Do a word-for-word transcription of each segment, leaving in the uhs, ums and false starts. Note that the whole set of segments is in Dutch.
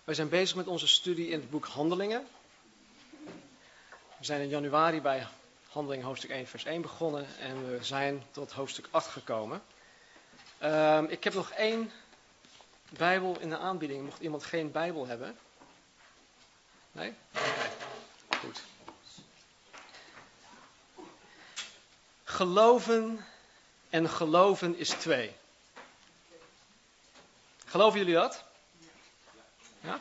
We zijn bezig met onze studie in het boek Handelingen. We zijn in januari bij Handelingen hoofdstuk één vers één begonnen en we zijn tot hoofdstuk acht gekomen. Um, ik heb nog één Bijbel in de aanbieding. Mocht iemand geen Bijbel hebben? Nee? Oké, okay. Goed. Geloven en geloven is twee. Geloven jullie dat? Ja?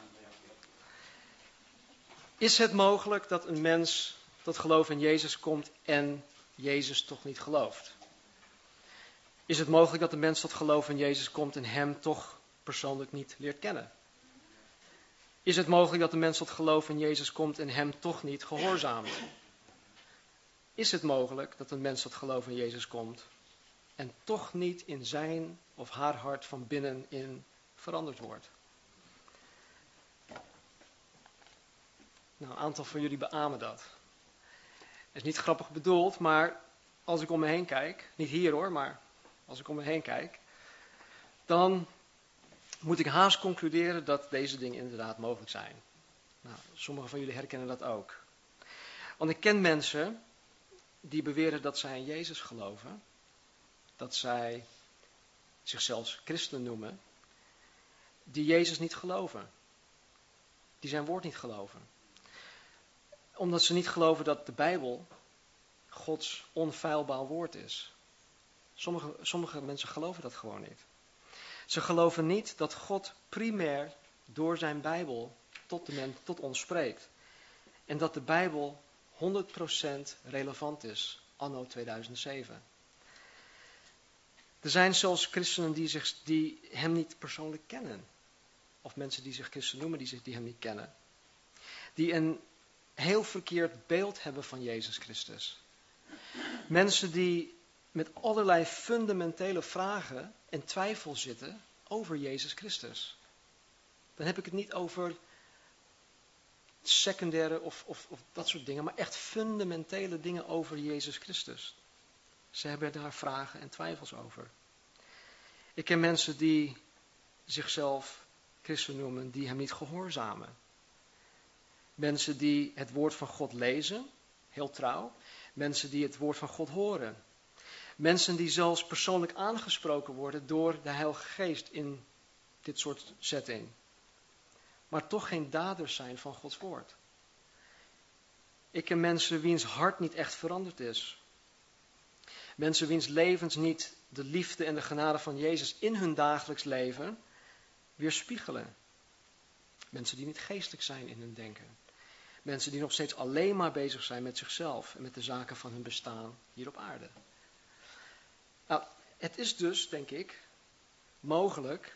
Is het mogelijk dat een mens tot geloof in Jezus komt en Jezus toch niet gelooft? Is het mogelijk dat een mens tot geloof in Jezus komt en hem toch persoonlijk niet leert kennen? Is het mogelijk dat een mens tot geloof in Jezus komt en hem toch niet gehoorzaamt? Is het mogelijk dat een mens tot geloof in Jezus komt en toch niet in zijn of haar hart van binnenin veranderd wordt? Nou, een aantal van jullie beamen dat. Het is niet grappig bedoeld, maar als ik om me heen kijk, niet hier hoor, maar als ik om me heen kijk, dan moet ik haast concluderen dat deze dingen inderdaad mogelijk zijn. Nou, sommigen van jullie herkennen dat ook. Want ik ken mensen die beweren dat zij in Jezus geloven, dat zij zichzelf christen noemen, die Jezus niet geloven, die zijn woord niet geloven. Omdat ze niet geloven dat de Bijbel Gods onfeilbaar woord is. Sommige, sommige mensen geloven dat gewoon niet. Ze geloven niet dat God primair door zijn Bijbel tot, de mens, tot ons spreekt. En dat de Bijbel honderd procent relevant is, anno tweeduizend zeven. Er zijn zelfs christenen die, zich, die hem niet persoonlijk kennen. Of mensen die zich christen noemen, die, zich, die hem niet kennen. Die een heel verkeerd beeld hebben van Jezus Christus. Mensen die met allerlei fundamentele vragen en twijfel zitten over Jezus Christus. Dan heb ik het niet over secundaire of, of, of dat soort dingen, maar echt fundamentele dingen over Jezus Christus. Ze hebben daar vragen en twijfels over. Ik ken mensen die zichzelf christen noemen, die hem niet gehoorzamen. Mensen die het woord van God lezen, heel trouw. Mensen die het woord van God horen. Mensen die zelfs persoonlijk aangesproken worden door de Heilige Geest in dit soort setting. Maar toch geen daders zijn van Gods woord. Ik ken mensen wiens hart niet echt veranderd is. Mensen wiens levens niet de liefde en de genade van Jezus in hun dagelijks leven weerspiegelen. Mensen die niet geestelijk zijn in hun denken. Mensen die nog steeds alleen maar bezig zijn met zichzelf en met de zaken van hun bestaan hier op aarde. Nou, het is dus, denk ik, mogelijk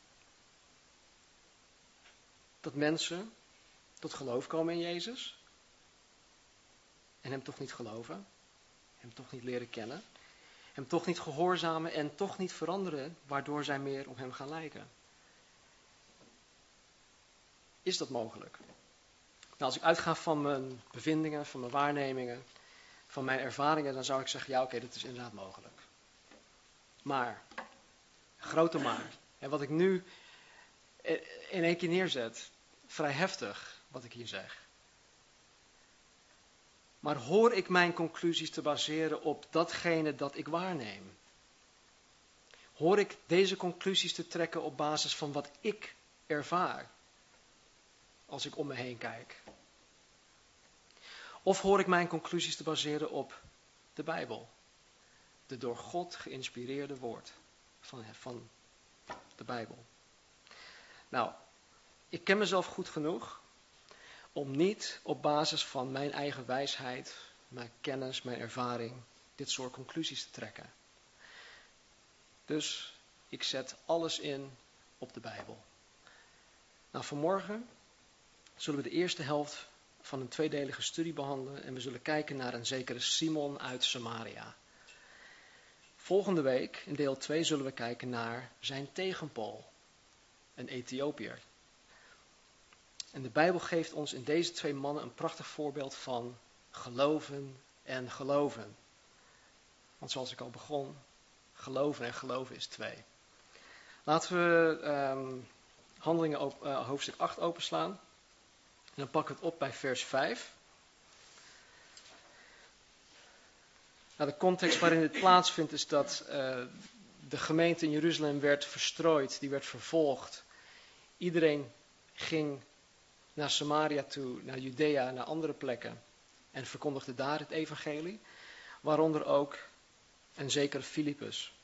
dat mensen tot geloof komen in Jezus en hem toch niet geloven, hem toch niet leren kennen, hem toch niet gehoorzamen en toch niet veranderen, waardoor zij meer op hem gaan lijken. Is dat mogelijk? Nou, als ik uitga van mijn bevindingen, van mijn waarnemingen, van mijn ervaringen, dan zou ik zeggen, ja oké, okay, dat is inderdaad mogelijk. Maar, grote maar, en wat ik nu in één keer neerzet, vrij heftig wat ik hier zeg. Maar hoor ik mijn conclusies te baseren op datgene dat ik waarneem? Hoor ik deze conclusies te trekken op basis van wat ik ervaar, als ik om me heen kijk? Of hoor ik mijn conclusies te baseren op de Bijbel? De door God geïnspireerde woord van, van de Bijbel. Nou, ik ken mezelf goed genoeg om niet op basis van mijn eigen wijsheid, mijn kennis, mijn ervaring, dit soort conclusies te trekken. Dus ik zet alles in op de Bijbel. Nou, vanmorgen zullen we de eerste helft van een tweedelige studie behandelen en we zullen kijken naar een zekere Simon uit Samaria. Volgende week, in deel twee, zullen we kijken naar zijn tegenpool, een Ethiopiër. En de Bijbel geeft ons in deze twee mannen een prachtig voorbeeld van geloven en geloven. Want zoals ik al begon, geloven en geloven is twee. Laten we um, Handelingen op, uh, hoofdstuk acht openslaan. En dan pakken we het op bij vers vijf. Nou, de context waarin dit plaatsvindt is dat uh, de gemeente in Jeruzalem werd verstrooid, die werd vervolgd. Iedereen ging naar Samaria toe, naar Judea, naar andere plekken en verkondigde daar het evangelie, waaronder ook en zeker Filippus.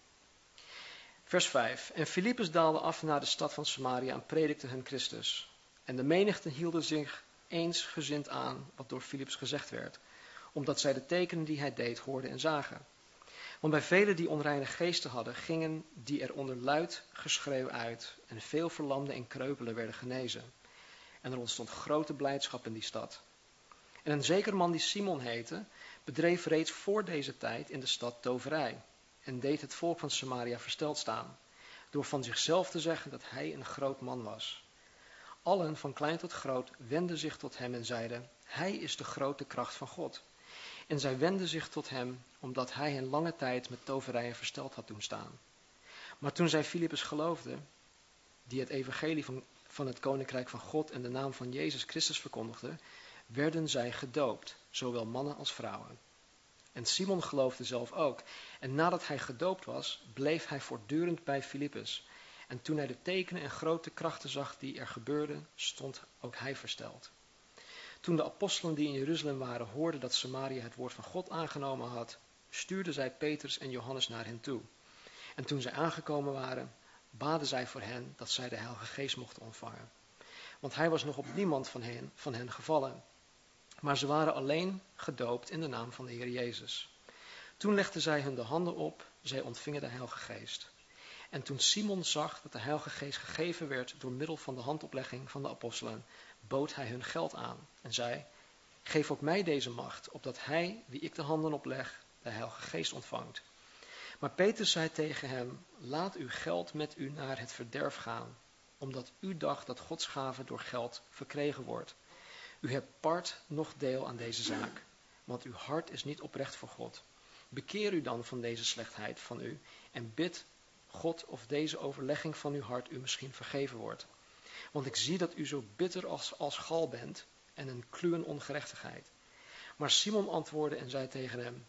Vers vijf. En Filippus daalde af naar de stad van Samaria en predikte hun Christus. En de menigten hielden zich eensgezind aan wat door Filippus gezegd werd, omdat zij de tekenen die hij deed hoorden en zagen. Want bij velen die onreine geesten hadden, gingen die er onder luid geschreeuw uit en veel verlamden en kreupelen werden genezen. En er ontstond grote blijdschap in die stad. En een zeker man die Simon heette, bedreef reeds voor deze tijd in de stad toverij en deed het volk van Samaria versteld staan, door van zichzelf te zeggen dat hij een groot man was. Allen, van klein tot groot, wendden zich tot hem en zeiden, hij is de grote kracht van God. En zij wendden zich tot hem, omdat hij hen lange tijd met toverijen versteld had doen staan. Maar toen zij Filippus geloofden, die het evangelie van, van het koninkrijk van God en de naam van Jezus Christus verkondigden, werden zij gedoopt, zowel mannen als vrouwen. En Simon geloofde zelf ook. En nadat hij gedoopt was, bleef hij voortdurend bij Filippus. En toen hij de tekenen en grote krachten zag die er gebeurden, stond ook hij versteld. Toen de apostelen die in Jeruzalem waren hoorden dat Samaria het woord van God aangenomen had, stuurden zij Petrus en Johannes naar hen toe. En toen zij aangekomen waren, baden zij voor hen dat zij de Heilige Geest mochten ontvangen. Want hij was nog op niemand van hen, van hen gevallen. Maar ze waren alleen gedoopt in de naam van de Heer Jezus. Toen legden zij hun de handen op, zij ontvingen de Heilige Geest. En toen Simon zag dat de Heilige Geest gegeven werd door middel van de handoplegging van de apostelen, bood hij hun geld aan en zei, geef ook mij deze macht, opdat hij, wie ik de handen opleg, de Heilige Geest ontvangt. Maar Petrus zei tegen hem, laat uw geld met u naar het verderf gaan, omdat u dacht dat Gods gave door geld verkregen wordt. U hebt part noch deel aan deze zaak, want uw hart is niet oprecht voor God. Bekeer u dan van deze slechtheid van u en bid God of deze overlegging van uw hart u misschien vergeven wordt. Want ik zie dat u zo bitter als, als gal bent en een kluwen ongerechtigheid. Maar Simon antwoordde en zei tegen hem,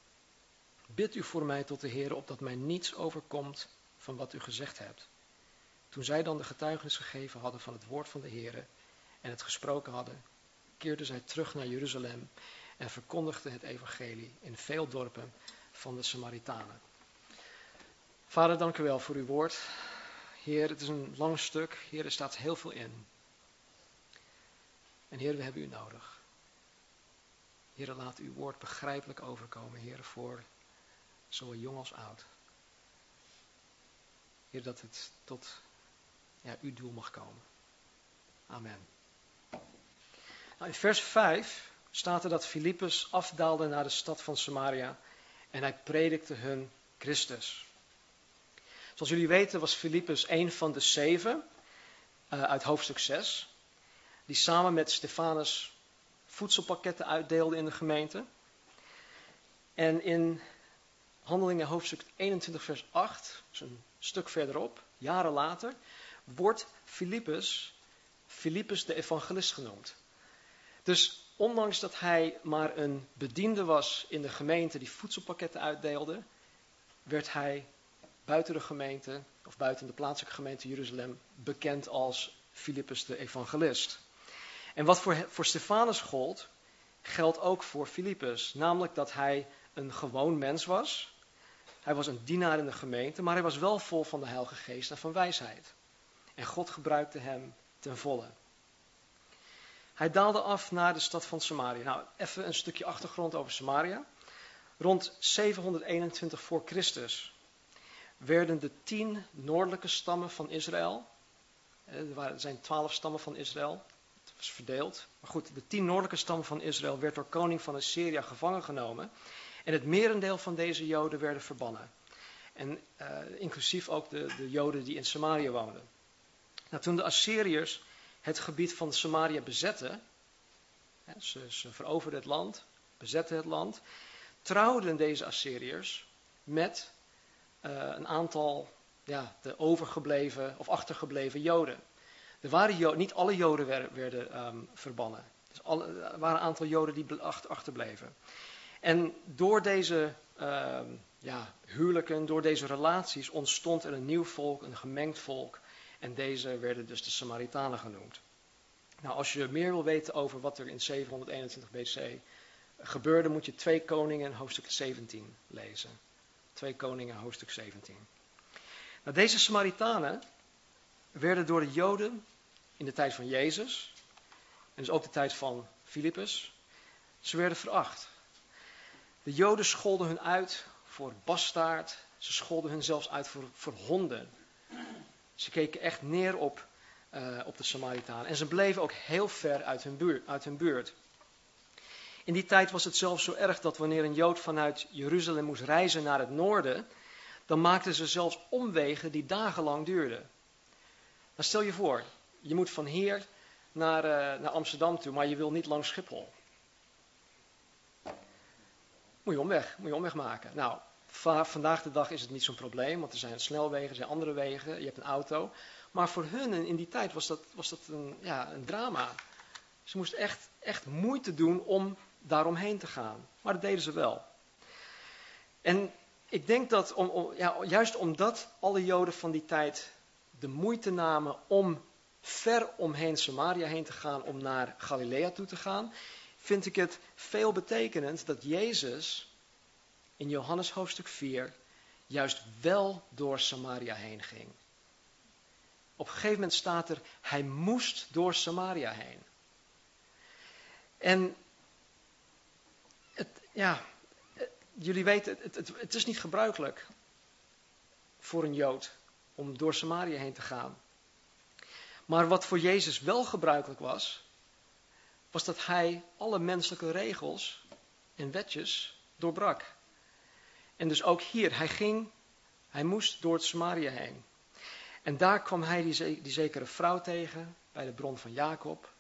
bid u voor mij tot de Heer, opdat mij niets overkomt van wat u gezegd hebt. Toen zij dan de getuigenis gegeven hadden van het woord van de Heer en het gesproken hadden, keerden zij terug naar Jeruzalem en verkondigden het evangelie in veel dorpen van de Samaritanen. Vader, dank u wel voor uw woord. Heer, het is een lang stuk. Heer, er staat heel veel in. En Heer, we hebben u nodig. Heer, laat uw woord begrijpelijk overkomen, Heer, voor zowel jong als oud. Heer, dat het tot ja, uw doel mag komen. Amen. Nou, in vers vijf staat er dat Filippus afdaalde naar de stad van Samaria en hij predikte hun Christus. Zoals jullie weten was Filippus een van de zeven uh, uit hoofdstuk zes, die samen met Stefanus voedselpakketten uitdeelde in de gemeente. En in Handelingen hoofdstuk eenentwintig vers acht, dus een stuk verderop, jaren later, wordt Filippus, Filippus de evangelist genoemd. Dus ondanks dat hij maar een bediende was in de gemeente die voedselpakketten uitdeelde, werd hij buiten de gemeente, of buiten de plaatselijke gemeente Jeruzalem, bekend als Filippus de evangelist. En wat voor, voor Stefanus gold, geldt ook voor Filippus. Namelijk dat hij een gewoon mens was. Hij was een dienaar in de gemeente, maar hij was wel vol van de Heilige Geest en van wijsheid. En God gebruikte hem ten volle. Hij daalde af naar de stad van Samaria. Nou, even een stukje achtergrond over Samaria. Rond zevenhonderdeenentwintig voor Christus werden de tien noordelijke stammen van Israël, er zijn twaalf stammen van Israël, het was verdeeld, maar goed, de tien noordelijke stammen van Israël werd door koning van Assyrië gevangen genomen en het merendeel van deze Joden werden verbannen. En uh, inclusief ook de, de Joden die in Samaria woonden. Nou, toen de Assyriërs het gebied van Samaria bezetten, hè, ze, ze veroverden het land, bezetten het land, trouwden deze Assyriërs met uh, een aantal ja, de overgebleven of achtergebleven Joden. Er waren Joden, niet alle Joden werden, werden um, verbannen. Dus alle, er waren een aantal Joden die achterbleven. En door deze uh, ja, huwelijken, door deze relaties ontstond er een nieuw volk, een gemengd volk. En deze werden dus de Samaritanen genoemd. Nou, als je meer wil weten over wat er in zevenhonderdeenentwintig B C gebeurde, moet je twee Koningen hoofdstuk zeventien lezen. twee Koningen hoofdstuk zeventien. Nou, deze Samaritanen werden door de Joden in de tijd van Jezus, en dus ook de tijd van Filippus, ze werden veracht. De Joden scholden hun uit voor bastaard, ze scholden hun zelfs uit voor, voor honden. Ze keken echt neer op, uh, op de Samaritanen en ze bleven ook heel ver uit hun, buurt, uit hun buurt. In die tijd was het zelfs zo erg dat wanneer een Jood vanuit Jeruzalem moest reizen naar het noorden, dan maakten ze zelfs omwegen die dagenlang duurden. Dan stel je voor, je moet van hier naar, uh, naar Amsterdam toe, maar je wil niet langs Schiphol. Moet je omweg, moet je omweg maken. Nou, va- vandaag de dag is het niet zo'n probleem, want er zijn snelwegen, er zijn andere wegen, je hebt een auto. Maar voor hun in die tijd was dat, was dat een, ja, een drama. Ze moesten echt, echt moeite doen om daaromheen te gaan. Maar dat deden ze wel. En ik denk dat, om, om, ja, juist omdat alle Joden van die tijd de moeite namen om ver omheen Samaria heen te gaan, om naar Galilea toe te gaan, vind ik het veelbetekenend dat Jezus in Johannes hoofdstuk vier juist wel door Samaria heen ging. Op een gegeven moment staat er, hij moest door Samaria heen. En het, ja, jullie weten, het, het, het is niet gebruikelijk voor een Jood om door Samaria heen te gaan. Maar wat voor Jezus wel gebruikelijk was, was dat hij alle menselijke regels en wetjes doorbrak. En dus ook hier, hij ging, hij moest door het Samaria heen. En daar kwam hij die, die zekere vrouw tegen, bij de bron van Jacob.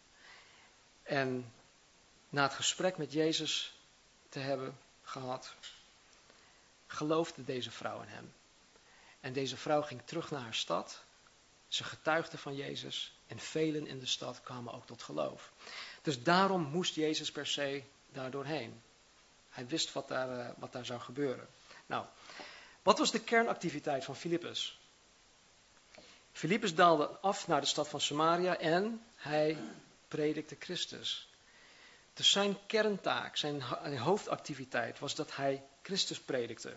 En na het gesprek met Jezus te hebben gehad, geloofde deze vrouw in hem. En deze vrouw ging terug naar haar stad. Ze getuigde van Jezus en velen in de stad kwamen ook tot geloof. Dus daarom moest Jezus per se daar doorheen. Hij wist wat daar, uh, wat daar zou gebeuren. Nou, wat was de kernactiviteit van Filippus? Filippus daalde af naar de stad van Samaria en hij predikte Christus. Dus zijn kerntaak, zijn hoofdactiviteit was dat hij Christus predikte.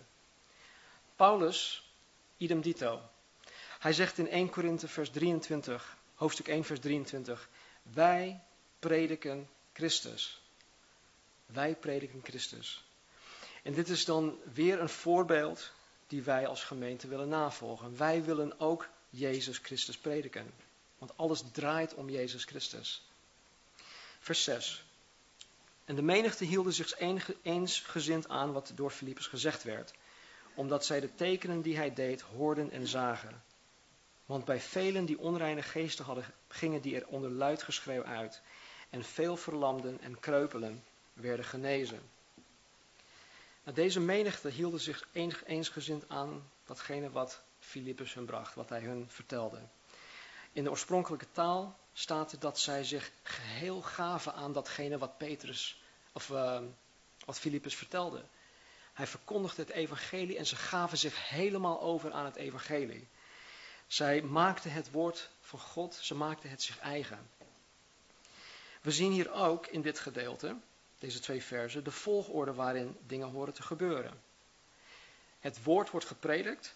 Paulus, idem dito. Hij zegt in eerste Korinthe vers drieëntwintig, hoofdstuk één vers drieëntwintig, wij prediken Christus. Wij prediken Christus. En dit is dan weer een voorbeeld die wij als gemeente willen navolgen. Wij willen ook Jezus Christus prediken. Want alles draait om Jezus Christus. Vers zes. En de menigte hielden zich eensgezind aan wat door Filippus gezegd werd, omdat zij de tekenen die hij deed hoorden en zagen. Want bij velen die onreine geesten hadden, gingen die er onder luid geschreeuw uit. En veel verlamden en kreupelen werden genezen. Nou, deze menigte hielden zich eensgezind aan datgene wat Filippus hun bracht, wat hij hun vertelde. In de oorspronkelijke taal staat er dat zij zich geheel gaven aan datgene wat Petrus, of uh, wat Filippus vertelde. Hij verkondigde het evangelie en ze gaven zich helemaal over aan het evangelie. Zij maakten het woord van God, ze maakten het zich eigen. We zien hier ook in dit gedeelte, deze twee versen, de volgorde waarin dingen horen te gebeuren. Het woord wordt gepredikt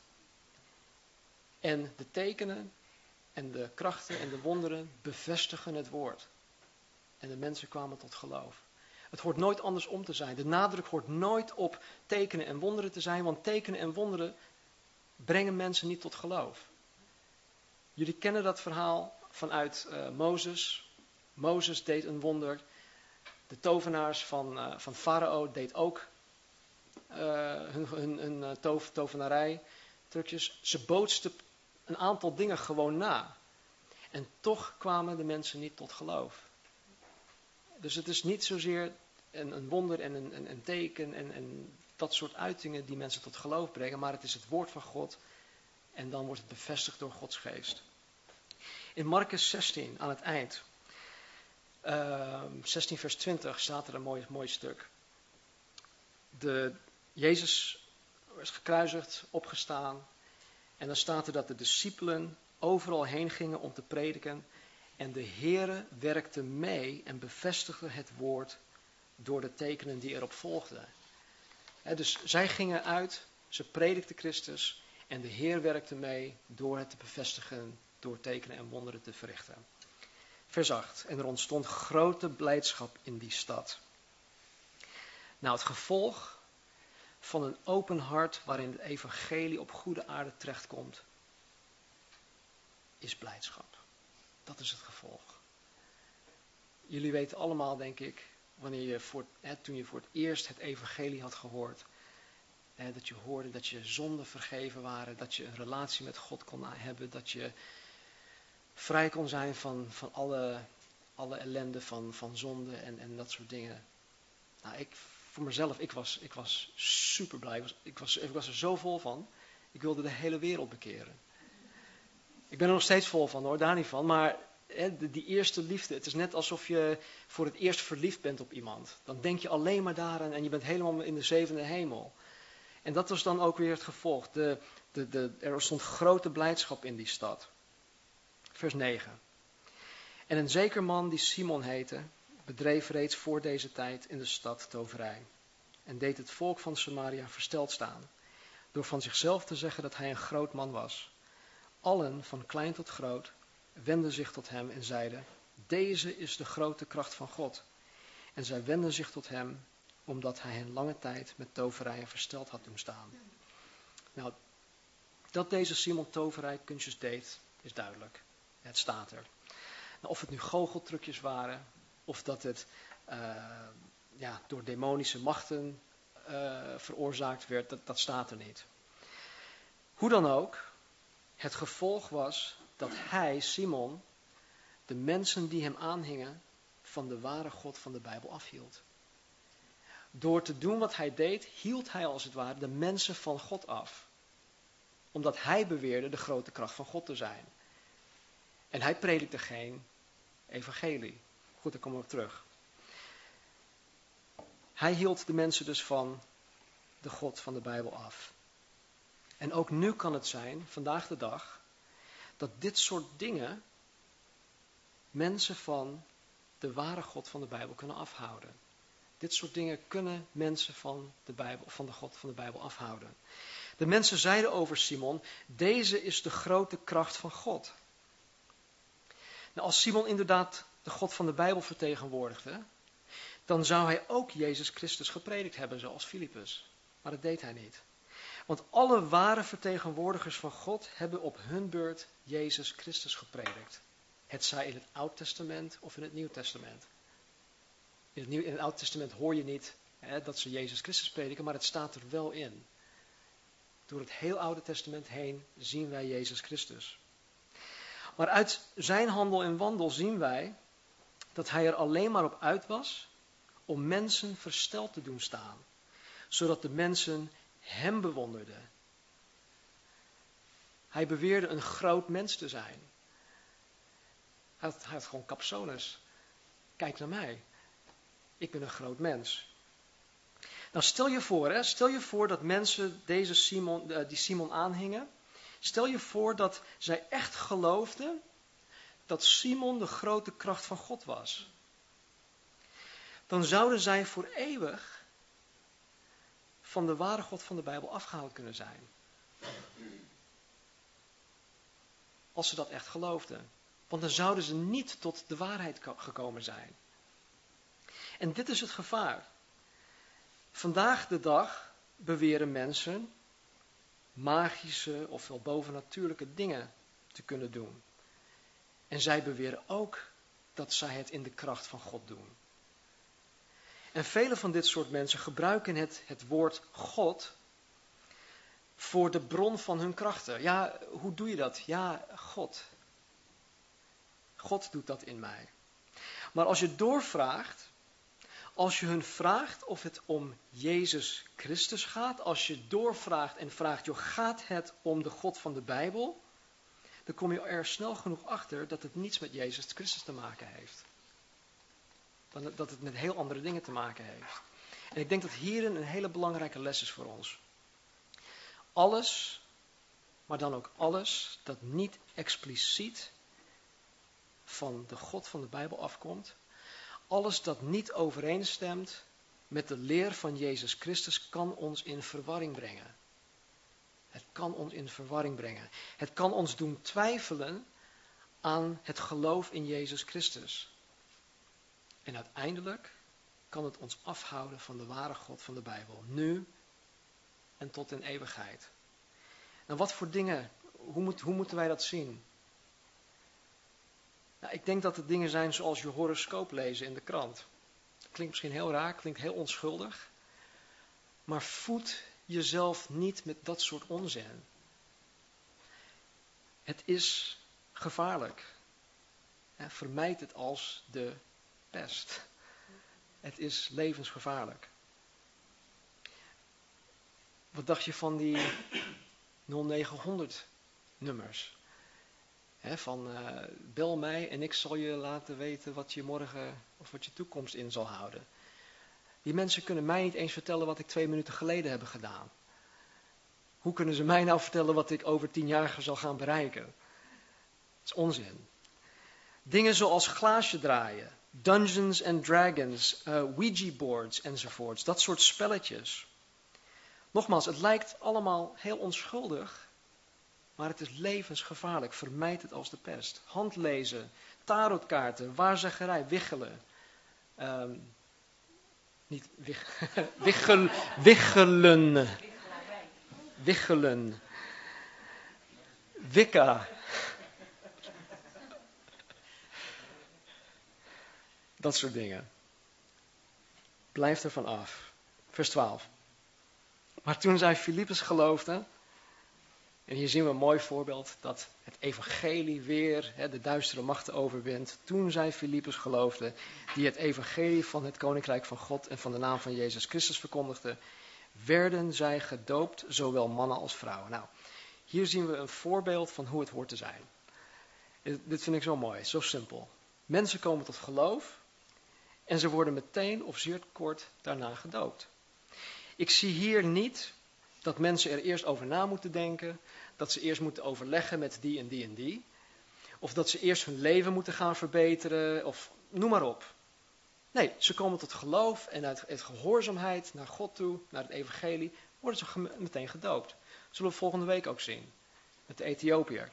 en de tekenen en de krachten en de wonderen bevestigen het woord. En de mensen kwamen tot geloof. Het hoort nooit andersom te zijn. De nadruk hoort nooit op tekenen en wonderen te zijn, want tekenen en wonderen brengen mensen niet tot geloof. Jullie kennen dat verhaal vanuit uh, Mozes. Mozes deed een wonder. De tovenaars van, uh, van Farao deed ook uh, hun, hun, hun uh, tov, tovenarij, trucjes. Ze bootsten een aantal dingen gewoon na. En toch kwamen de mensen niet tot geloof. Dus het is niet zozeer een, een wonder en een, een, een teken en, en dat soort uitingen die mensen tot geloof brengen, maar het is het woord van God en dan wordt het bevestigd door Gods geest. In Marcus zestien, aan het eind, uh, zestien vers twintig, staat er een mooi, mooi stuk. De, Jezus is gekruisigd, opgestaan. En dan staat er dat de discipelen overal heen gingen om te prediken. En de Heere werkte mee en bevestigde het woord door de tekenen die erop volgden. He, dus zij gingen uit, ze predikten Christus en de Heer werkte mee door het te bevestigen, door tekenen en wonderen te verrichten. Vers acht. En er ontstond grote blijdschap in die stad. Nou, het gevolg van een open hart waarin het evangelie op goede aarde terechtkomt, is blijdschap. Dat is het gevolg. Jullie weten allemaal, denk ik, wanneer je voor, hè, toen je voor het eerst het evangelie had gehoord, hè, dat je hoorde dat je zonden vergeven waren, dat je een relatie met God kon hebben, dat je vrij kon zijn van, van alle, alle ellende van, van zonde en, en dat soort dingen. Nou, ik, voor mezelf, ik was, ik was super blij. Ik was, ik, was, ik was er zo vol van. Ik wilde de hele wereld bekeren. Ik ben er nog steeds vol van hoor, daar niet van. Maar hè, die eerste liefde, het is net alsof je voor het eerst verliefd bent op iemand. Dan denk je alleen maar daaraan en je bent helemaal in de zevende hemel. En dat was dan ook weer het gevolg. De, de, de, er stond grote blijdschap in die stad. Vers negen. En een zeker man die Simon heette, bedreef reeds voor deze tijd in de stad toverij. En deed het volk van Samaria versteld staan, door van zichzelf te zeggen dat hij een groot man was. Allen, van klein tot groot, wenden zich tot hem en zeiden, deze is de grote kracht van God. En zij wenden zich tot hem, omdat hij hen lange tijd met toverijen versteld had doen staan. Nou, dat deze Simon toverijkunstjes deed, is duidelijk. Het staat er. Nou, of het nu goocheltrucjes waren, of dat het uh, ja, door demonische machten uh, veroorzaakt werd, dat, dat staat er niet. Hoe dan ook, het gevolg was dat hij, Simon, de mensen die hem aanhingen, van de ware God van de Bijbel afhield. Door te doen wat hij deed, hield hij als het ware de mensen van God af. Omdat hij beweerde de grote kracht van God te zijn. En hij predikte geen evangelie. Goed, daar komen we op terug. Hij hield de mensen dus van de God van de Bijbel af. En ook nu kan het zijn, vandaag de dag, dat dit soort dingen mensen van de ware God van de Bijbel kunnen afhouden. Dit soort dingen kunnen mensen van de Bijbel, van de God van de Bijbel afhouden. De mensen zeiden over Simon, deze is de grote kracht van God. Nou, als Simon inderdaad de God van de Bijbel vertegenwoordigde, dan zou hij ook Jezus Christus gepredikt hebben, zoals Filippus. Maar dat deed hij niet. Want alle ware vertegenwoordigers van God hebben op hun beurt Jezus Christus gepredikt. Het zij in het Oud Testament of in het Nieuw Testament. In het, Nieuw, in het Oud Testament hoor je niet hè, dat ze Jezus Christus prediken, maar het staat er wel in. Door het heel Oude Testament heen zien wij Jezus Christus. Maar uit zijn handel en wandel zien wij dat hij er alleen maar op uit was om mensen versteld te doen staan. Zodat de mensen hem bewonderden. Hij beweerde een groot mens te zijn. Hij had, hij had gewoon capsones. Kijk naar mij. Ik ben een groot mens. Nou stel je voor, hè, stel je voor dat mensen deze Simon, die Simon aanhingen. Stel je voor dat zij echt geloofden dat Simon de grote kracht van God was. Dan zouden zij voor eeuwig van de ware God van de Bijbel afgehaald kunnen zijn. Als ze dat echt geloofden. Want dan zouden ze niet tot de waarheid gekomen zijn. En dit is het gevaar. Vandaag de dag beweren mensen magische ofwel bovennatuurlijke dingen te kunnen doen. En zij beweren ook dat zij het in de kracht van God doen. En vele van dit soort mensen gebruiken het, het woord God voor de bron van hun krachten. Ja, hoe doe je dat? Ja, God. God doet dat in mij. Maar als je doorvraagt, als je hun vraagt of het om Jezus Christus gaat, als je doorvraagt en vraagt, joh, gaat het om de God van de Bijbel? dan kom je er snel genoeg achter dat het niets met Jezus Christus te maken heeft. Dat het met heel andere dingen te maken heeft. En ik denk dat hierin een hele belangrijke les is voor ons. Alles, maar dan ook alles dat niet expliciet van de God van de Bijbel afkomt. Alles dat niet overeenstemt met de leer van Jezus Christus kan ons in verwarring brengen. Het kan ons in verwarring brengen. Het kan ons doen twijfelen aan het geloof in Jezus Christus. En uiteindelijk kan het ons afhouden van de ware God van de Bijbel. Nu en tot in eeuwigheid. Nou, wat voor dingen, hoe, moet, hoe moeten wij dat zien? Nou, ik denk dat het dingen zijn zoals je horoscoop lezen in de krant. Klinkt misschien heel raar, klinkt heel onschuldig. Maar voed jezelf niet met dat soort onzin. Het is gevaarlijk. Vermijd het als de pest. Het is levensgevaarlijk. Wat dacht je van die nul negen honderd nummers? He, van uh, bel mij en ik zal je laten weten wat je morgen of wat je toekomst in zal houden. Die mensen kunnen mij niet eens vertellen wat ik twee minuten geleden heb gedaan. Hoe kunnen ze mij nou vertellen wat ik over tien jaar zal gaan bereiken? Dat is onzin. Dingen zoals glaasje draaien, Dungeons and Dragons, uh, Ouija boards enzovoorts. Dat soort spelletjes. Nogmaals, het lijkt allemaal heel onschuldig, maar het is levensgevaarlijk. Vermijd het als de pest. Handlezen, tarotkaarten, waarzeggerij, wiggelen. Um, niet wig, wiggel, wiggelen. Wiggelen. Wicca. Dat soort dingen. Blijf ervan af. Vers twaalf. Maar toen zij Filippus geloofden, en hier zien we een mooi voorbeeld dat het evangelie weer hè, de duistere machten overwint. Toen zij Filippus geloofden, die het evangelie van het koninkrijk van God en van de naam van Jezus Christus verkondigden, werden zij gedoopt, zowel mannen als vrouwen. Nou, hier zien we een voorbeeld van hoe het hoort te zijn. Dit vind ik zo mooi, zo simpel. Mensen komen tot geloof en ze worden meteen of zeer kort daarna gedoopt. Ik zie hier niet dat mensen er eerst over na moeten denken, dat ze eerst moeten overleggen met die en die en die, of dat ze eerst hun leven moeten gaan verbeteren, of noem maar op. Nee, ze komen tot geloof en uit, uit gehoorzaamheid naar God toe, naar het evangelie, worden ze gem- meteen gedoopt. Dat zullen we volgende week ook zien, met de Ethiopiër.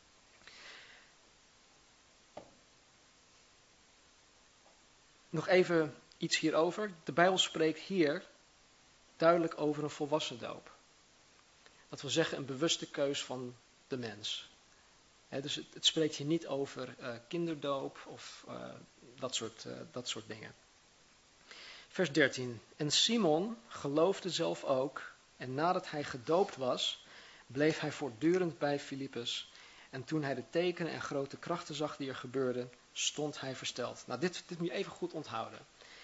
Nog even iets hierover. De Bijbel spreekt hier duidelijk over een volwassen doop. Dat wil zeggen een bewuste keus van de mens. He, dus het, het spreekt hier niet over uh, kinderdoop of uh, dat, soort, uh, dat soort dingen. Vers dertien. En Simon geloofde zelf ook, en nadat hij gedoopt was, bleef hij voortdurend bij Filippus. En toen hij de tekenen en grote krachten zag die er gebeurden, stond hij versteld. Nou, dit, dit moet je even goed onthouden.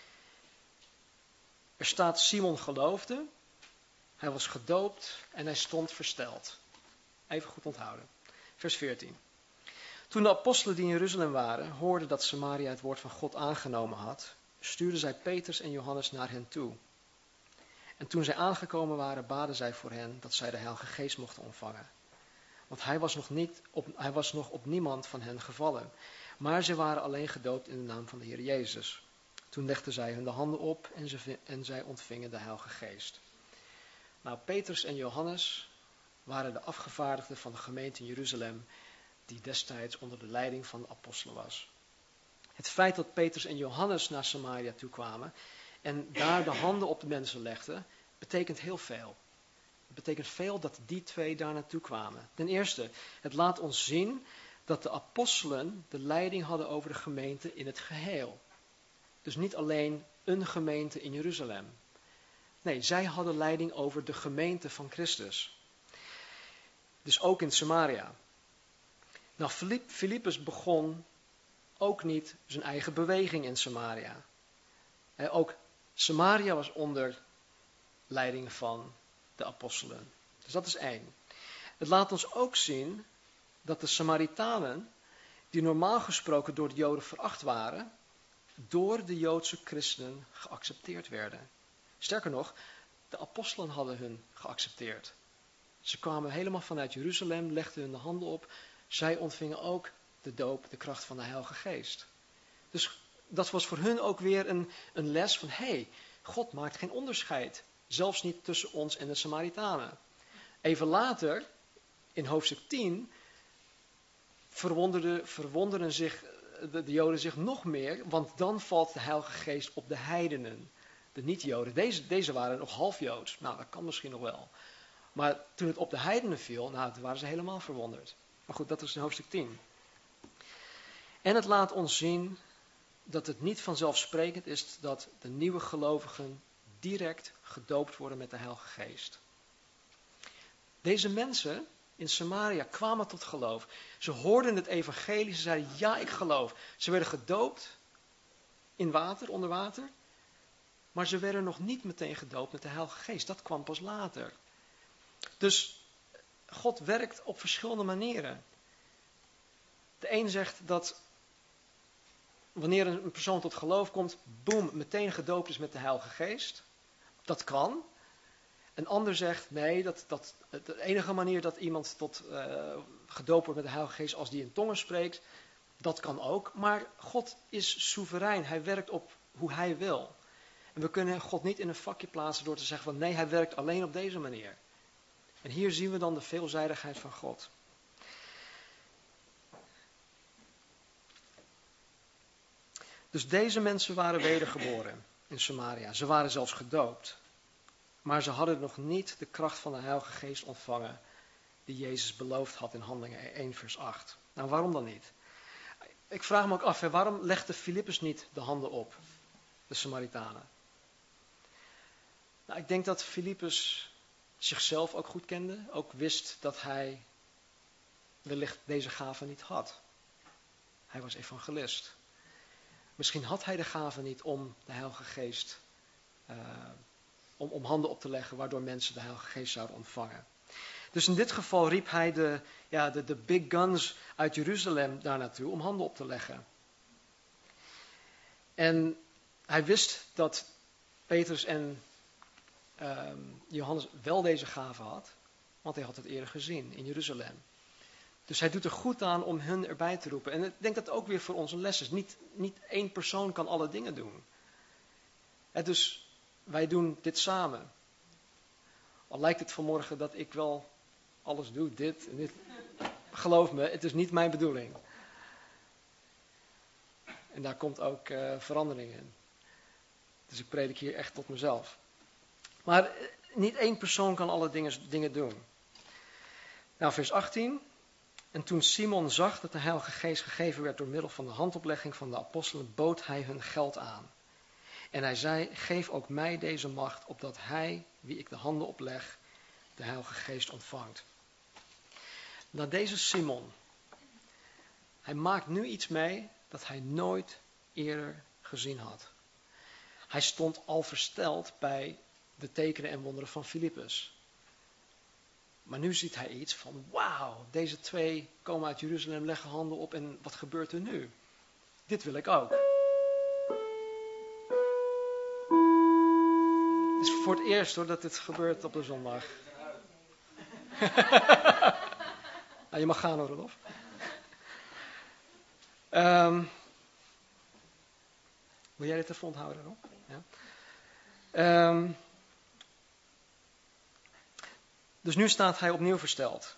Er staat Simon geloofde, hij was gedoopt en hij stond versteld. Even goed onthouden. Vers veertien. Toen de apostelen die in Jeruzalem waren, hoorden dat Samaria het woord van God aangenomen had, stuurden zij Petrus en Johannes naar hen toe. En toen zij aangekomen waren, baden zij voor hen dat zij de Heilige Geest mochten ontvangen. Want hij was nog, niet op, hij was nog op niemand van hen gevallen. Maar ze waren alleen gedoopt in de naam van de Heer Jezus. Toen legden zij hun de handen op en, ze, en zij ontvingen de Heilige Geest. Nou, Petrus en Johannes waren de afgevaardigden van de gemeente in Jeruzalem, die destijds onder de leiding van de apostelen was. Het feit dat Petrus en Johannes naar Samaria toe kwamen en daar de handen op de mensen legden, betekent heel veel. Het betekent veel dat die twee daar naartoe kwamen. Ten eerste, het laat ons zien dat de apostelen de leiding hadden over de gemeente in het geheel. Dus niet alleen een gemeente in Jeruzalem. Nee, zij hadden leiding over de gemeente van Christus. Dus ook in Samaria. Nou, Filippus begon ook niet zijn eigen beweging in Samaria. He, ook Samaria was onder leiding van de apostelen. Dus dat is één. Het laat ons ook zien dat de Samaritanen, die normaal gesproken door de Joden veracht waren, door de Joodse christenen geaccepteerd werden. Sterker nog, de apostelen hadden hun geaccepteerd. Ze kwamen helemaal vanuit Jeruzalem, legden hun de handen op. Zij ontvingen ook de doop, de kracht van de Heilige Geest. Dus dat was voor hun ook weer een, een les van, hé, hey, God maakt geen onderscheid. Zelfs niet tussen ons en de Samaritanen. Even later, in hoofdstuk tien, verwonderden, verwonderen zich, de, de Joden zich nog meer, want dan valt de Heilige Geest op de heidenen, de niet-Joden. Deze, deze waren nog half Joods. Nou, dat kan misschien nog wel. Maar toen het op de heidenen viel, nou, toen waren ze helemaal verwonderd. Maar goed, dat is in hoofdstuk tien. En het laat ons zien dat het niet vanzelfsprekend is dat de nieuwe gelovigen direct gedoopt worden met de Heilige Geest. Deze mensen in Samaria kwamen tot geloof. Ze hoorden het evangelie, ze zeiden, ja, ik geloof. Ze werden gedoopt in water, onder water. Maar ze werden nog niet meteen gedoopt met de Heilige Geest. Dat kwam pas later. Dus God werkt op verschillende manieren. De een zegt dat wanneer een persoon tot geloof komt, boem, meteen gedoopt is met de Heilige Geest. Dat kan. Een ander zegt, nee, dat, dat, de enige manier dat iemand tot uh, gedoopt wordt met de Heilige Geest als die in tongen spreekt, dat kan ook. Maar God is soeverein. Hij werkt op hoe hij wil. En we kunnen God niet in een vakje plaatsen door te zeggen van nee, hij werkt alleen op deze manier. En hier zien we dan de veelzijdigheid van God. Dus deze mensen waren wedergeboren in Samaria. Ze waren zelfs gedoopt. Maar ze hadden nog niet de kracht van de Heilige Geest ontvangen die Jezus beloofd had in Handelingen één vers acht. Nou, waarom dan niet? Ik vraag me ook af, hè, waarom legde Filippus niet de handen op, de Samaritanen? Nou, ik denk dat Filippus zichzelf ook goed kende, ook wist dat hij wellicht deze gave niet had. Hij was evangelist. Misschien had hij de gave niet om de Heilige Geest, uh, om, om handen op te leggen, waardoor mensen de Heilige Geest zouden ontvangen. Dus in dit geval riep hij de, ja, de, de big guns uit Jeruzalem daar naartoe om handen op te leggen. En hij wist dat Petrus en uh, Johannes wel deze gave had, want hij had het eerder gezien in Jeruzalem. Dus hij doet er goed aan om hun erbij te roepen. En ik denk dat het ook weer voor ons een les is. Niet, niet één persoon kan alle dingen doen. En dus wij doen dit samen. Al lijkt het vanmorgen dat ik wel alles doe, dit en dit. Geloof me, het is niet mijn bedoeling. En daar komt ook uh, verandering in. Dus ik predik hier echt tot mezelf. Maar niet één persoon kan alle dingen, dingen doen. Nou, vers achttien. En toen Simon zag dat de Heilige Geest gegeven werd door middel van de handoplegging van de apostelen, bood hij hun geld aan. En hij zei, geef ook mij deze macht, opdat hij, wie ik de handen opleg, de Heilige Geest ontvangt. Nou, deze Simon, hij maakt nu iets mee dat hij nooit eerder gezien had. Hij stond al versteld bij de tekenen en wonderen van Filippus. Maar nu ziet hij iets van, wauw, deze twee komen uit Jeruzalem, leggen handen op en wat gebeurt er nu? Dit wil ik ook. Het is voor het eerst hoor dat dit gebeurt op de zondag. Nou, je mag gaan hoor, Rodolf. Um, wil jij dit even onthouden, Rob? Ja. Um, dus nu staat hij opnieuw versteld.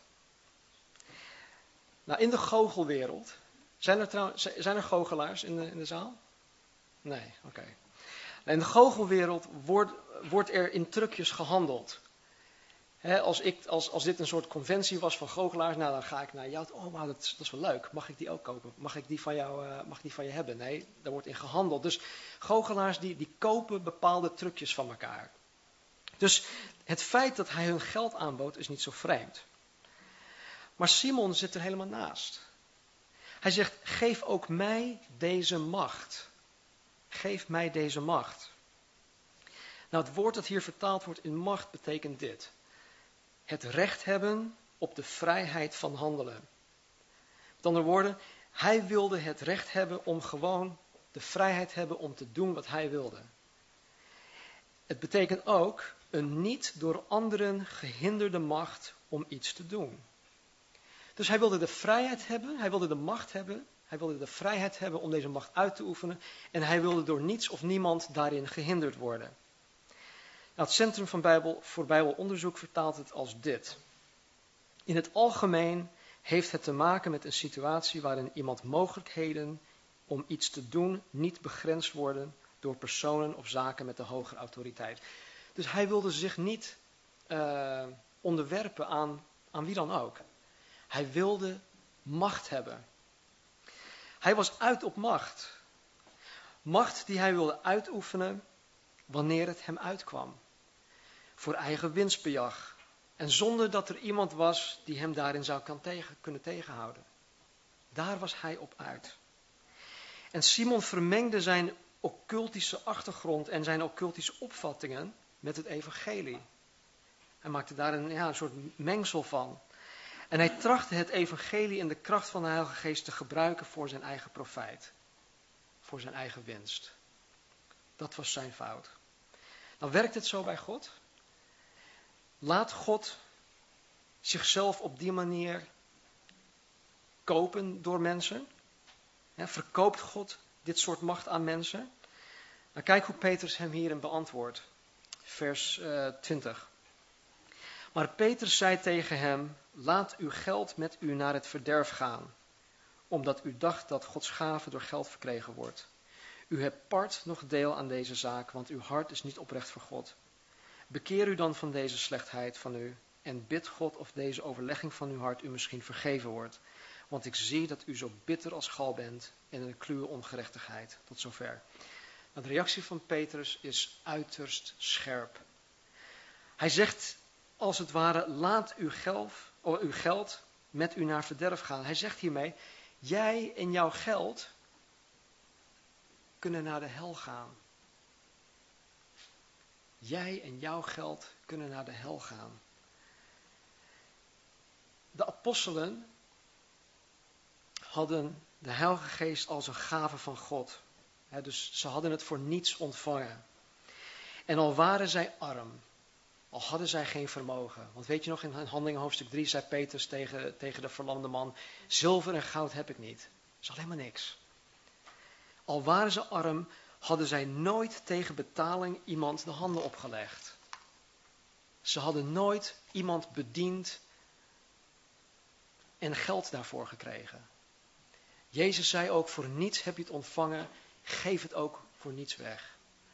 Nou, in de goochelwereld, zijn er, trouw, zijn er goochelaars in de, in de zaal? Nee, oké. Okay. In de goochelwereld wordt, wordt er in trucjes gehandeld. He, als, ik, als, als dit een soort conventie was van goochelaars, nou dan ga ik naar jou. Oh, wow, dat, is, dat is wel leuk. Mag ik die ook kopen? Mag ik die van jou, uh, mag ik die van je hebben? Nee, daar wordt in gehandeld. Dus goochelaars die, die kopen bepaalde trucjes van elkaar. Dus het feit dat hij hun geld aanbood is niet zo vreemd. Maar Simon zit er helemaal naast. Hij zegt, geef ook mij deze macht. Geef mij deze macht. Nou, het woord dat hier vertaald wordt in macht betekent dit. Het recht hebben op de vrijheid van handelen. Met andere woorden, hij wilde het recht hebben om gewoon de vrijheid hebben om te doen wat hij wilde. Het betekent ook een niet door anderen gehinderde macht om iets te doen. Dus hij wilde de vrijheid hebben, hij wilde de macht hebben, hij wilde de vrijheid hebben om deze macht uit te oefenen en hij wilde door niets of niemand daarin gehinderd worden. Nou, het Centrum van Bijbel, voor Bijbelonderzoek vertaalt het als dit. In het algemeen heeft het te maken met een situatie waarin iemand mogelijkheden om iets te doen niet begrensd worden door personen of zaken met de hogere autoriteit. Dus hij wilde zich niet uh, onderwerpen aan, aan wie dan ook. Hij wilde macht hebben. Hij was uit op macht. Macht die hij wilde uitoefenen wanneer het hem uitkwam. Voor eigen winstbejag. En zonder dat er iemand was die hem daarin zou kan tegen, kunnen tegenhouden. Daar was hij op uit. En Simon vermengde zijn occultische achtergrond en zijn occultische opvattingen met het evangelie. Hij maakte daar een, ja, een soort mengsel van. En hij trachtte het evangelie en de kracht van de Heilige Geest te gebruiken voor zijn eigen profijt. Voor zijn eigen winst. Dat was zijn fout. Nou, werkt het zo bij God? Laat God zichzelf op die manier kopen door mensen? Ja, verkoopt God dit soort macht aan mensen? Nou, kijk hoe Petrus hem hierin beantwoordt. Vers uh, twintig. Maar Petrus zei tegen hem, laat uw geld met u naar het verderf gaan, omdat u dacht dat Gods gave door geld verkregen wordt. U hebt part nog deel aan deze zaak, want uw hart is niet oprecht voor God. Bekeer u dan van deze slechtheid van u en bid God of deze overlegging van uw hart u misschien vergeven wordt. Want ik zie dat u zo bitter als gal bent en een kluwe ongerechtigheid. Tot zover. Nou, de reactie van Petrus is uiterst scherp. Hij zegt als het ware, laat uw geld, of uw geld met u naar verderf gaan. Hij zegt hiermee, jij en jouw geld kunnen naar de hel gaan. Jij en jouw geld kunnen naar de hel gaan. De apostelen hadden de Heilige Geest als een gave van God. He, dus ze hadden het voor niets ontvangen. En al waren zij arm, al hadden zij geen vermogen. Want weet je nog, in Handelingen hoofdstuk drie zei Petrus tegen, tegen de verlamde man, zilver en goud heb ik niet. Dat is alleen maar niks. Al waren ze arm, hadden zij nooit tegen betaling iemand de handen opgelegd. Ze hadden nooit iemand bediend en geld daarvoor gekregen. Jezus zei ook, voor niets heb je het ontvangen, geef het ook voor niets weg.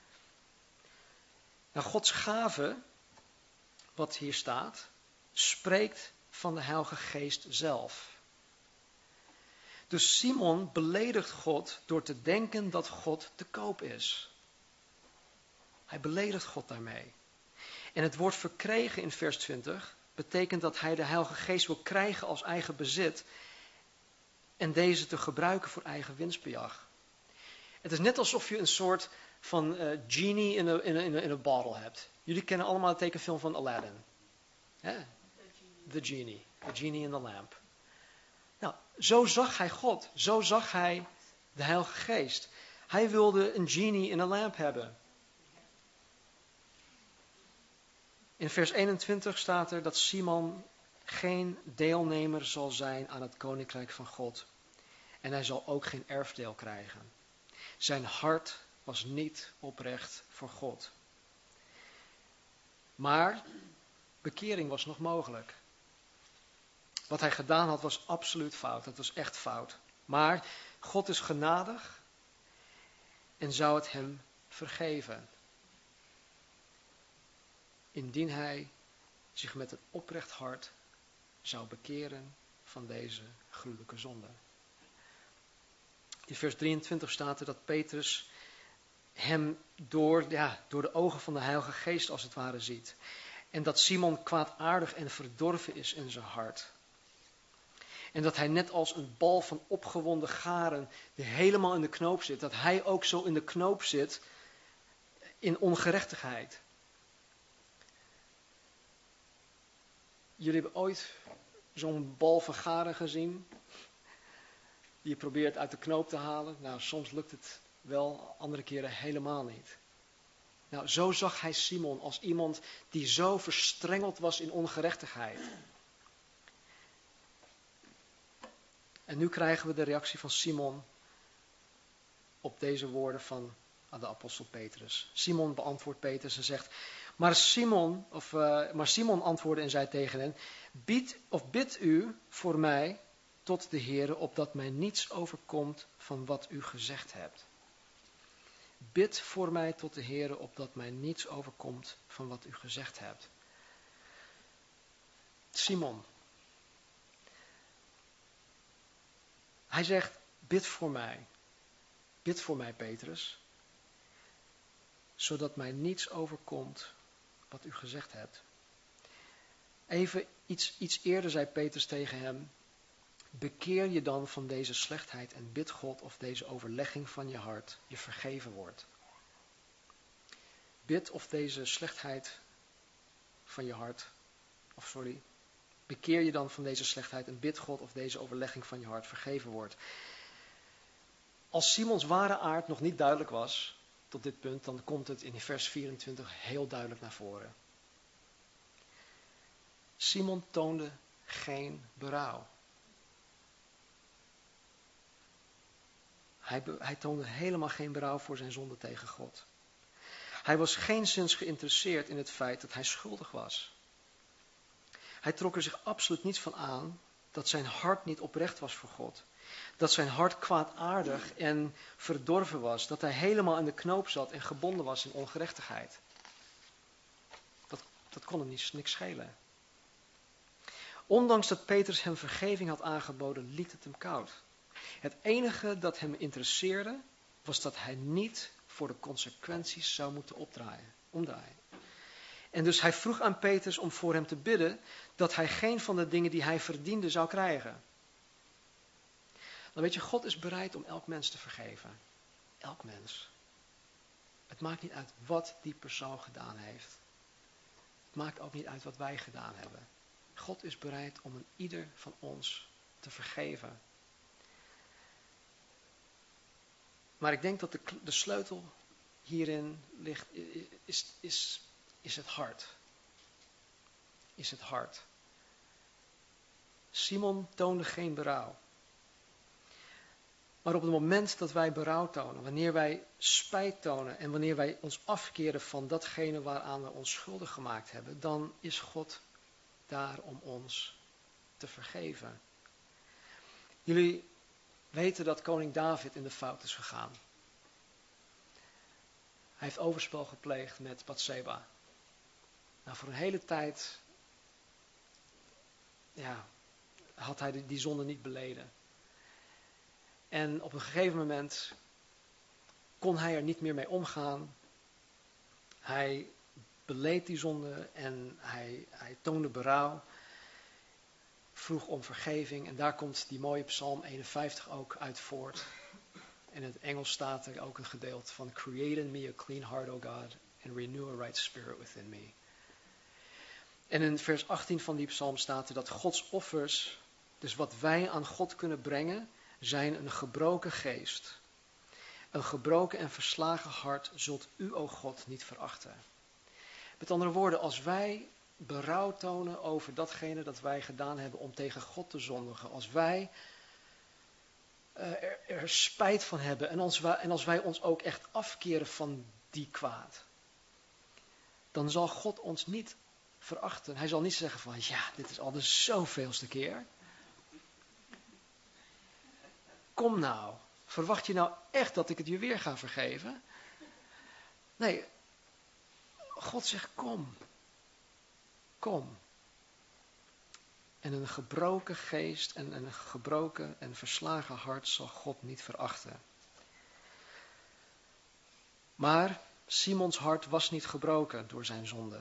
Nou, Gods gave, wat hier staat, spreekt van de Heilige Geest zelf. Dus Simon beledigt God door te denken dat God te koop is. Hij beledigt God daarmee. En het woord verkregen in vers twintig betekent dat hij de Heilige Geest wil krijgen als eigen bezit en deze te gebruiken voor eigen winstbejag. Het is net alsof je een soort van uh, genie in een in in in bottle hebt. Jullie kennen allemaal de tekenfilm van Aladdin. Yeah? The Genie. The Genie in the Lamp. Nou, zo zag hij God. Zo zag hij de Heilige Geest. Hij wilde een genie in een lamp hebben. In vers eenentwintig staat er dat Simon geen deelnemer zal zijn aan het koninkrijk van God. En hij zal ook geen erfdeel krijgen. Zijn hart was niet oprecht voor God. Maar bekering was nog mogelijk. Wat hij gedaan had was absoluut fout. Dat was echt fout. Maar God is genadig en zou het hem vergeven. Indien hij zich met een oprecht hart zou bekeren van deze gruwelijke zonde. In vers drieëntwintig staat er dat Petrus hem door, ja, door de ogen van de Heilige Geest als het ware ziet. En dat Simon kwaadaardig en verdorven is in zijn hart. En dat hij net als een bal van opgewonden garen weer helemaal in de knoop zit. Dat hij ook zo in de knoop zit in ongerechtigheid. Jullie hebben ooit zo'n bal van garen gezien? die je probeert uit de knoop te halen. Nou, soms lukt het wel, andere keren helemaal niet. Nou, zo zag hij Simon als iemand die zo verstrengeld was in ongerechtigheid. En nu krijgen we de reactie van Simon op deze woorden van de apostel Petrus. Simon beantwoordt Petrus en zegt, maar Simon, of, uh, maar Simon antwoordde en zei tegen hen, bied of bid u voor mij tot de Heere, opdat mij niets overkomt van wat u gezegd hebt. Bid voor mij tot de Heere, opdat mij niets overkomt van wat u gezegd hebt. Simon. Hij zegt, bid voor mij. Bid voor mij, Petrus. Zodat mij niets overkomt wat u gezegd hebt. Even iets, iets eerder zei Petrus tegen hem, bekeer je dan van deze slechtheid en bid God of deze overlegging van je hart je vergeven wordt. Bid of deze slechtheid van je hart, of sorry, bekeer je dan van deze slechtheid en bid God of deze overlegging van je hart vergeven wordt. Als Simons ware aard nog niet duidelijk was tot dit punt, dan komt het in vers vierentwintig heel duidelijk naar voren. Simon toonde geen berouw. Hij, be, hij toonde helemaal geen berouw voor zijn zonde tegen God. Hij was geenszins geïnteresseerd in het feit dat hij schuldig was. Hij trok er zich absoluut niets van aan dat zijn hart niet oprecht was voor God. Dat zijn hart kwaadaardig en verdorven was. Dat hij helemaal in de knoop zat en gebonden was in ongerechtigheid. Dat, dat kon hem niet, niks schelen. Ondanks dat Petrus hem vergeving had aangeboden, liet het hem koud. Het enige dat hem interesseerde, was dat hij niet voor de consequenties zou moeten opdraaien, omdraaien. En dus hij vroeg aan Petrus om voor hem te bidden, dat hij geen van de dingen die hij verdiende zou krijgen. Dan weet je, God is bereid om elk mens te vergeven. Elk mens. Het maakt niet uit wat die persoon gedaan heeft. Het maakt ook niet uit wat wij gedaan hebben. God is bereid om een ieder van ons te vergeven. Maar ik denk dat de, de sleutel hierin ligt, is, is, is het hart. Is het hart. Simon toonde geen berouw. Maar op het moment dat wij berouw tonen, wanneer wij spijt tonen en wanneer wij ons afkeren van datgene waaraan we ons schuldig gemaakt hebben, dan is God daar om ons te vergeven. Jullie weten dat koning David in de fout is gegaan. Hij heeft overspel gepleegd met Batseba. Nou, voor een hele tijd ja, had hij die, die zonde niet beleden. En op een gegeven moment kon hij er niet meer mee omgaan. Hij beleed die zonde en hij, hij toonde berouw. Vroeg om vergeving. En daar komt die mooie Psalm eenenvijftig ook uit voort. In het Engels staat er ook een gedeelte van Create in me a clean heart, O God, and renew a right spirit within me. En in vers achttien van die psalm staat er dat Gods offers, dus wat wij aan God kunnen brengen, zijn een gebroken geest. Een gebroken en verslagen hart zult u, o God, niet verachten. Met andere woorden, als wij berouw tonen over datgene dat wij gedaan hebben om tegen God te zondigen, als wij uh, er, er spijt van hebben en als, wij, en als wij ons ook echt afkeren van die kwaad, dan zal God ons niet verachten. Hij zal niet zeggen van, ja, dit is al de zoveelste keer. Kom nou, verwacht je nou echt dat ik het je weer ga vergeven? Nee, God zegt kom. Kom. En een gebroken geest en een gebroken en verslagen hart zal God niet verachten. Maar Simons hart was niet gebroken door zijn zonde.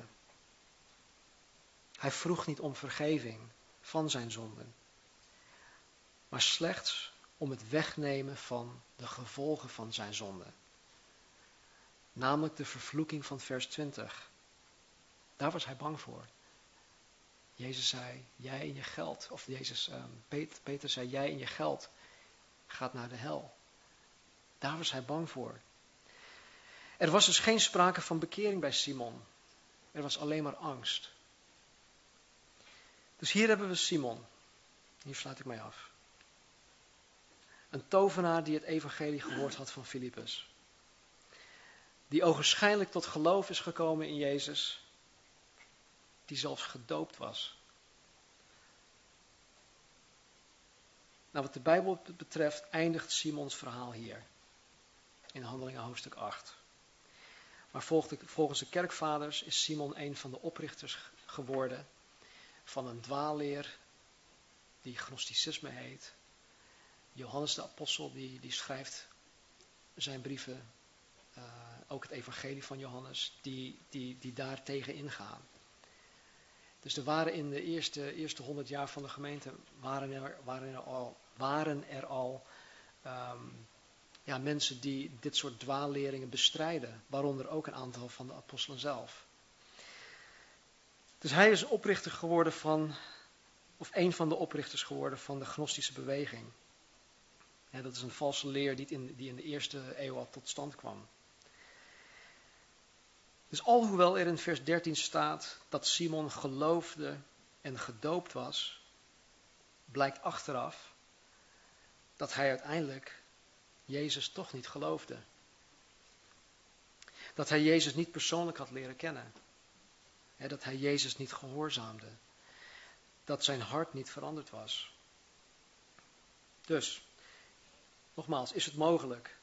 Hij vroeg niet om vergeving van zijn zonden. Maar slechts om het wegnemen van de gevolgen van zijn zonde. Namelijk de vervloeking van vers twintig. Daar was hij bang voor. Jezus zei, jij en je geld, of Jezus, um, Peter, Peter zei, jij en je geld gaat naar de hel. Daar was hij bang voor. Er was dus geen sprake van bekering bij Simon. Er was alleen maar angst. Dus hier hebben we Simon. Hier sluit ik mij af. Een tovenaar die het evangelie gehoord had van Filippus. Die ogenschijnlijk tot geloof is gekomen in Jezus. Die zelfs gedoopt was. Nou, wat de Bijbel betreft eindigt Simons verhaal hier. In Handelingen hoofdstuk acht. Maar volgens de kerkvaders is Simon een van de oprichters geworden van een dwaalleer die gnosticisme heet. Johannes de apostel die, die schrijft zijn brieven, uh, ook het evangelie van Johannes, die, die, die daar tegen ingaan. Dus er waren in de eerste, eerste honderd jaar van de gemeente, waren er, waren er al, waren er al um, ja, mensen die dit soort dwaalleringen bestrijden. Waaronder ook een aantal van de apostelen zelf. Dus hij is oprichter geworden van, of een van de oprichters geworden van de gnostische beweging. Ja, dat is een valse leer die in, die in de eerste eeuw al tot stand kwam. Dus alhoewel er in vers dertien staat dat Simon geloofde en gedoopt was, blijkt achteraf dat hij uiteindelijk Jezus toch niet geloofde. Dat hij Jezus niet persoonlijk had leren kennen. He, dat hij Jezus niet gehoorzaamde. Dat zijn hart niet veranderd was. Dus, nogmaals, is het mogelijk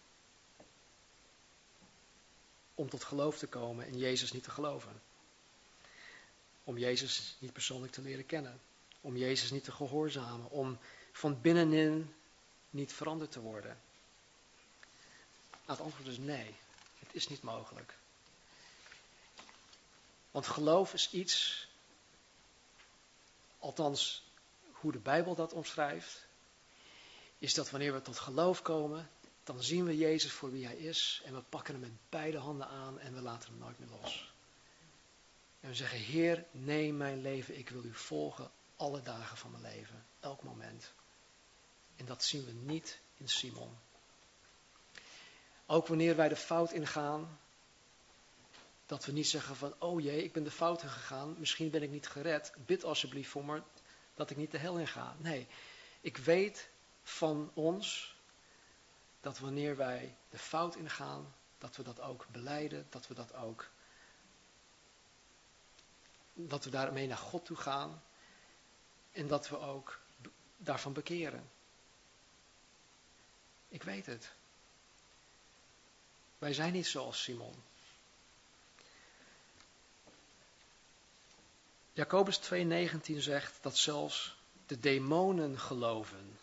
om tot geloof te komen en Jezus niet te geloven? Om Jezus niet persoonlijk te leren kennen? Om Jezus niet te gehoorzamen? Om van binnenin niet veranderd te worden? Nou, het antwoord is nee, het is niet mogelijk. Want geloof is iets, althans hoe de Bijbel dat omschrijft, is dat wanneer we tot geloof komen, dan zien we Jezus voor wie hij is en we pakken hem met beide handen aan en we laten hem nooit meer los. En we zeggen, Heer, neem mijn leven, ik wil u volgen alle dagen van mijn leven, elk moment. En dat zien we niet in Simon. Ook wanneer wij de fout ingaan, dat we niet zeggen van, oh jee, ik ben de fout ingegaan, misschien ben ik niet gered, bid alsjeblieft voor me dat ik niet de hel inga. Nee, ik weet van ons dat wanneer wij de fout ingaan, dat we dat ook belijden, dat we dat ook, dat we daarmee naar God toe gaan en dat we ook daarvan bekeren. Ik weet het. Wij zijn niet zoals Simon. Jacobus twee negentien zegt dat zelfs de demonen geloven.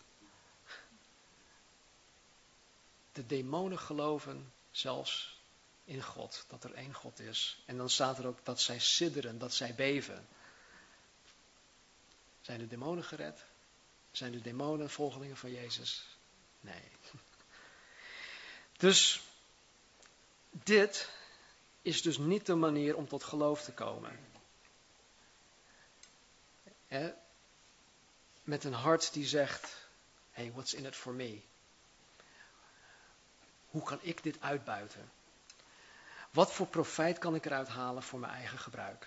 De demonen geloven zelfs in God, dat er één God is. En dan staat er ook dat zij sidderen, dat zij beven. Zijn de demonen gered? Zijn de demonen volgelingen van Jezus? Nee. Dus dit is dus niet de manier om tot geloof te komen. He, met een hart die zegt, hey, what's in it for me? Hoe kan ik dit uitbuiten? Wat voor profijt kan ik eruit halen voor mijn eigen gebruik?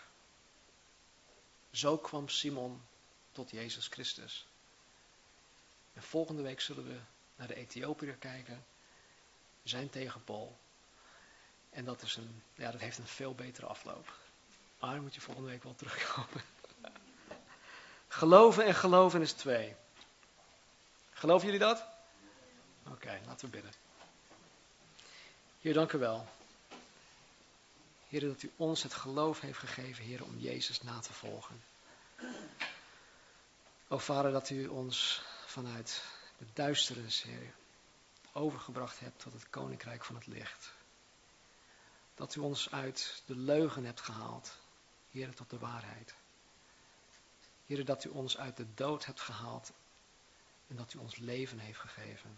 Zo kwam Simon tot Jezus Christus. En volgende week zullen we naar de Ethiopiër kijken, zijn tegenpool. En dat, is een, ja, dat heeft een veel betere afloop. Maar dan moet je volgende week wel terugkomen. Geloven en geloven is twee. Geloven jullie dat? Oké, okay, laten we bidden. Heer, dank u wel. Heer, dat u ons het geloof heeft gegeven, Heer, om Jezus na te volgen. O Vader, dat u ons vanuit de duisternis, Heer, overgebracht hebt tot het koninkrijk van het licht. Dat u ons uit de leugen hebt gehaald, Heer, tot de waarheid. Heer, dat u ons uit de dood hebt gehaald en dat u ons leven heeft gegeven.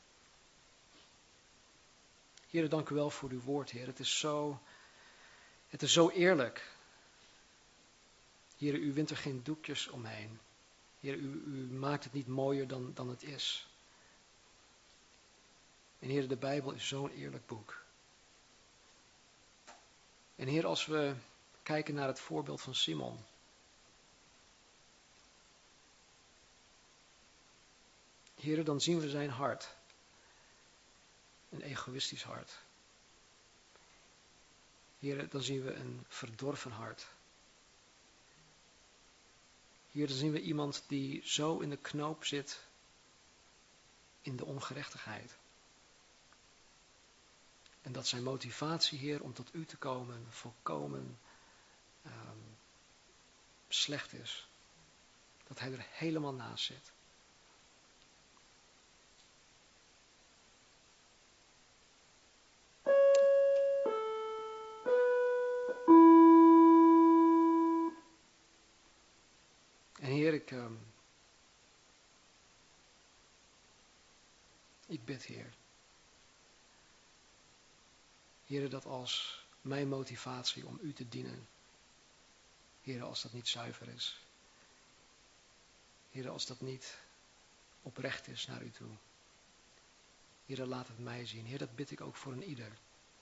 Heer, dank u wel voor uw woord, Heer. Het is zo, het is zo eerlijk. Heer, u wint er geen doekjes omheen. Heer, u, u maakt het niet mooier dan, dan het is. En Heer, de Bijbel is zo'n eerlijk boek. En Heer, als we kijken naar het voorbeeld van Simon. Heer, dan zien we zijn hart. Een egoïstisch hart. Heer, dan zien we een verdorven hart. Heer, dan zien we iemand die zo in de knoop zit in de ongerechtigheid. En dat zijn motivatie, Heer, om tot u te komen, volkomen um, slecht is. Dat hij er helemaal naast zit. En Heer, ik, um, ik bid, Heer. Heer, dat als mijn motivatie om u te dienen, Heer, als dat niet zuiver is. Heer, als dat niet oprecht is naar u toe. Heer, laat het mij zien. Heer, dat bid ik ook voor een ieder.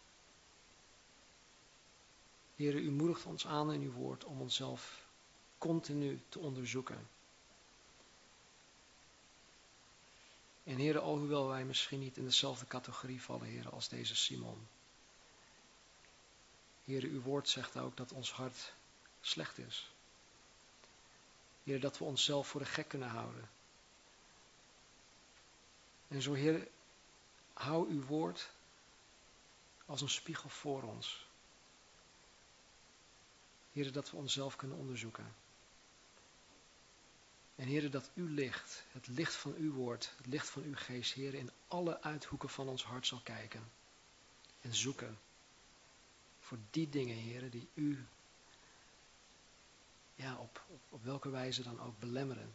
Heer, u moedigt ons aan in uw woord om onszelf continu te onderzoeken. En Heer, alhoewel wij misschien niet in dezelfde categorie vallen, Heer, als deze Simon. Heer, uw woord zegt ook dat ons hart slecht is. Heer, dat we onszelf voor de gek kunnen houden. En zo, Heer, hou uw woord als een spiegel voor ons. Heer, dat we onszelf kunnen onderzoeken. En Heer, dat uw licht, het licht van uw woord, het licht van uw geest, Heer, in alle uithoeken van ons hart zal kijken. En zoeken. Voor die dingen, Heer, die u, ja, op, op, op welke wijze dan ook belemmeren.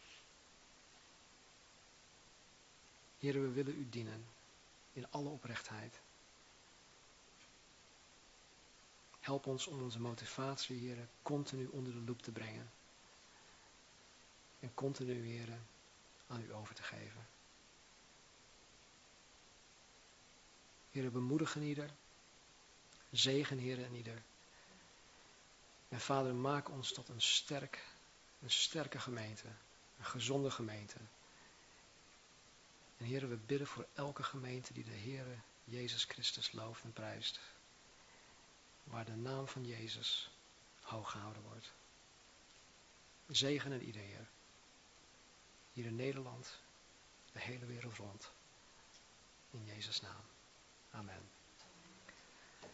Heer, we willen u dienen. In alle oprechtheid. Help ons om onze motivatie, Heer, continu onder de loep te brengen. En continu, Heer, aan u over te geven. Heer, bemoedigen ieder. Zegen, Heer, en ieder. En Vader, maak ons tot een sterk, een sterke gemeente. Een gezonde gemeente. En Heer, we bidden voor elke gemeente die de Heer Jezus Christus looft en prijst. Waar de naam van Jezus hoog gehouden wordt. Zegen en ieder, Heer. Hier in Nederland, de hele wereld rond. In Jezus' naam. Amen.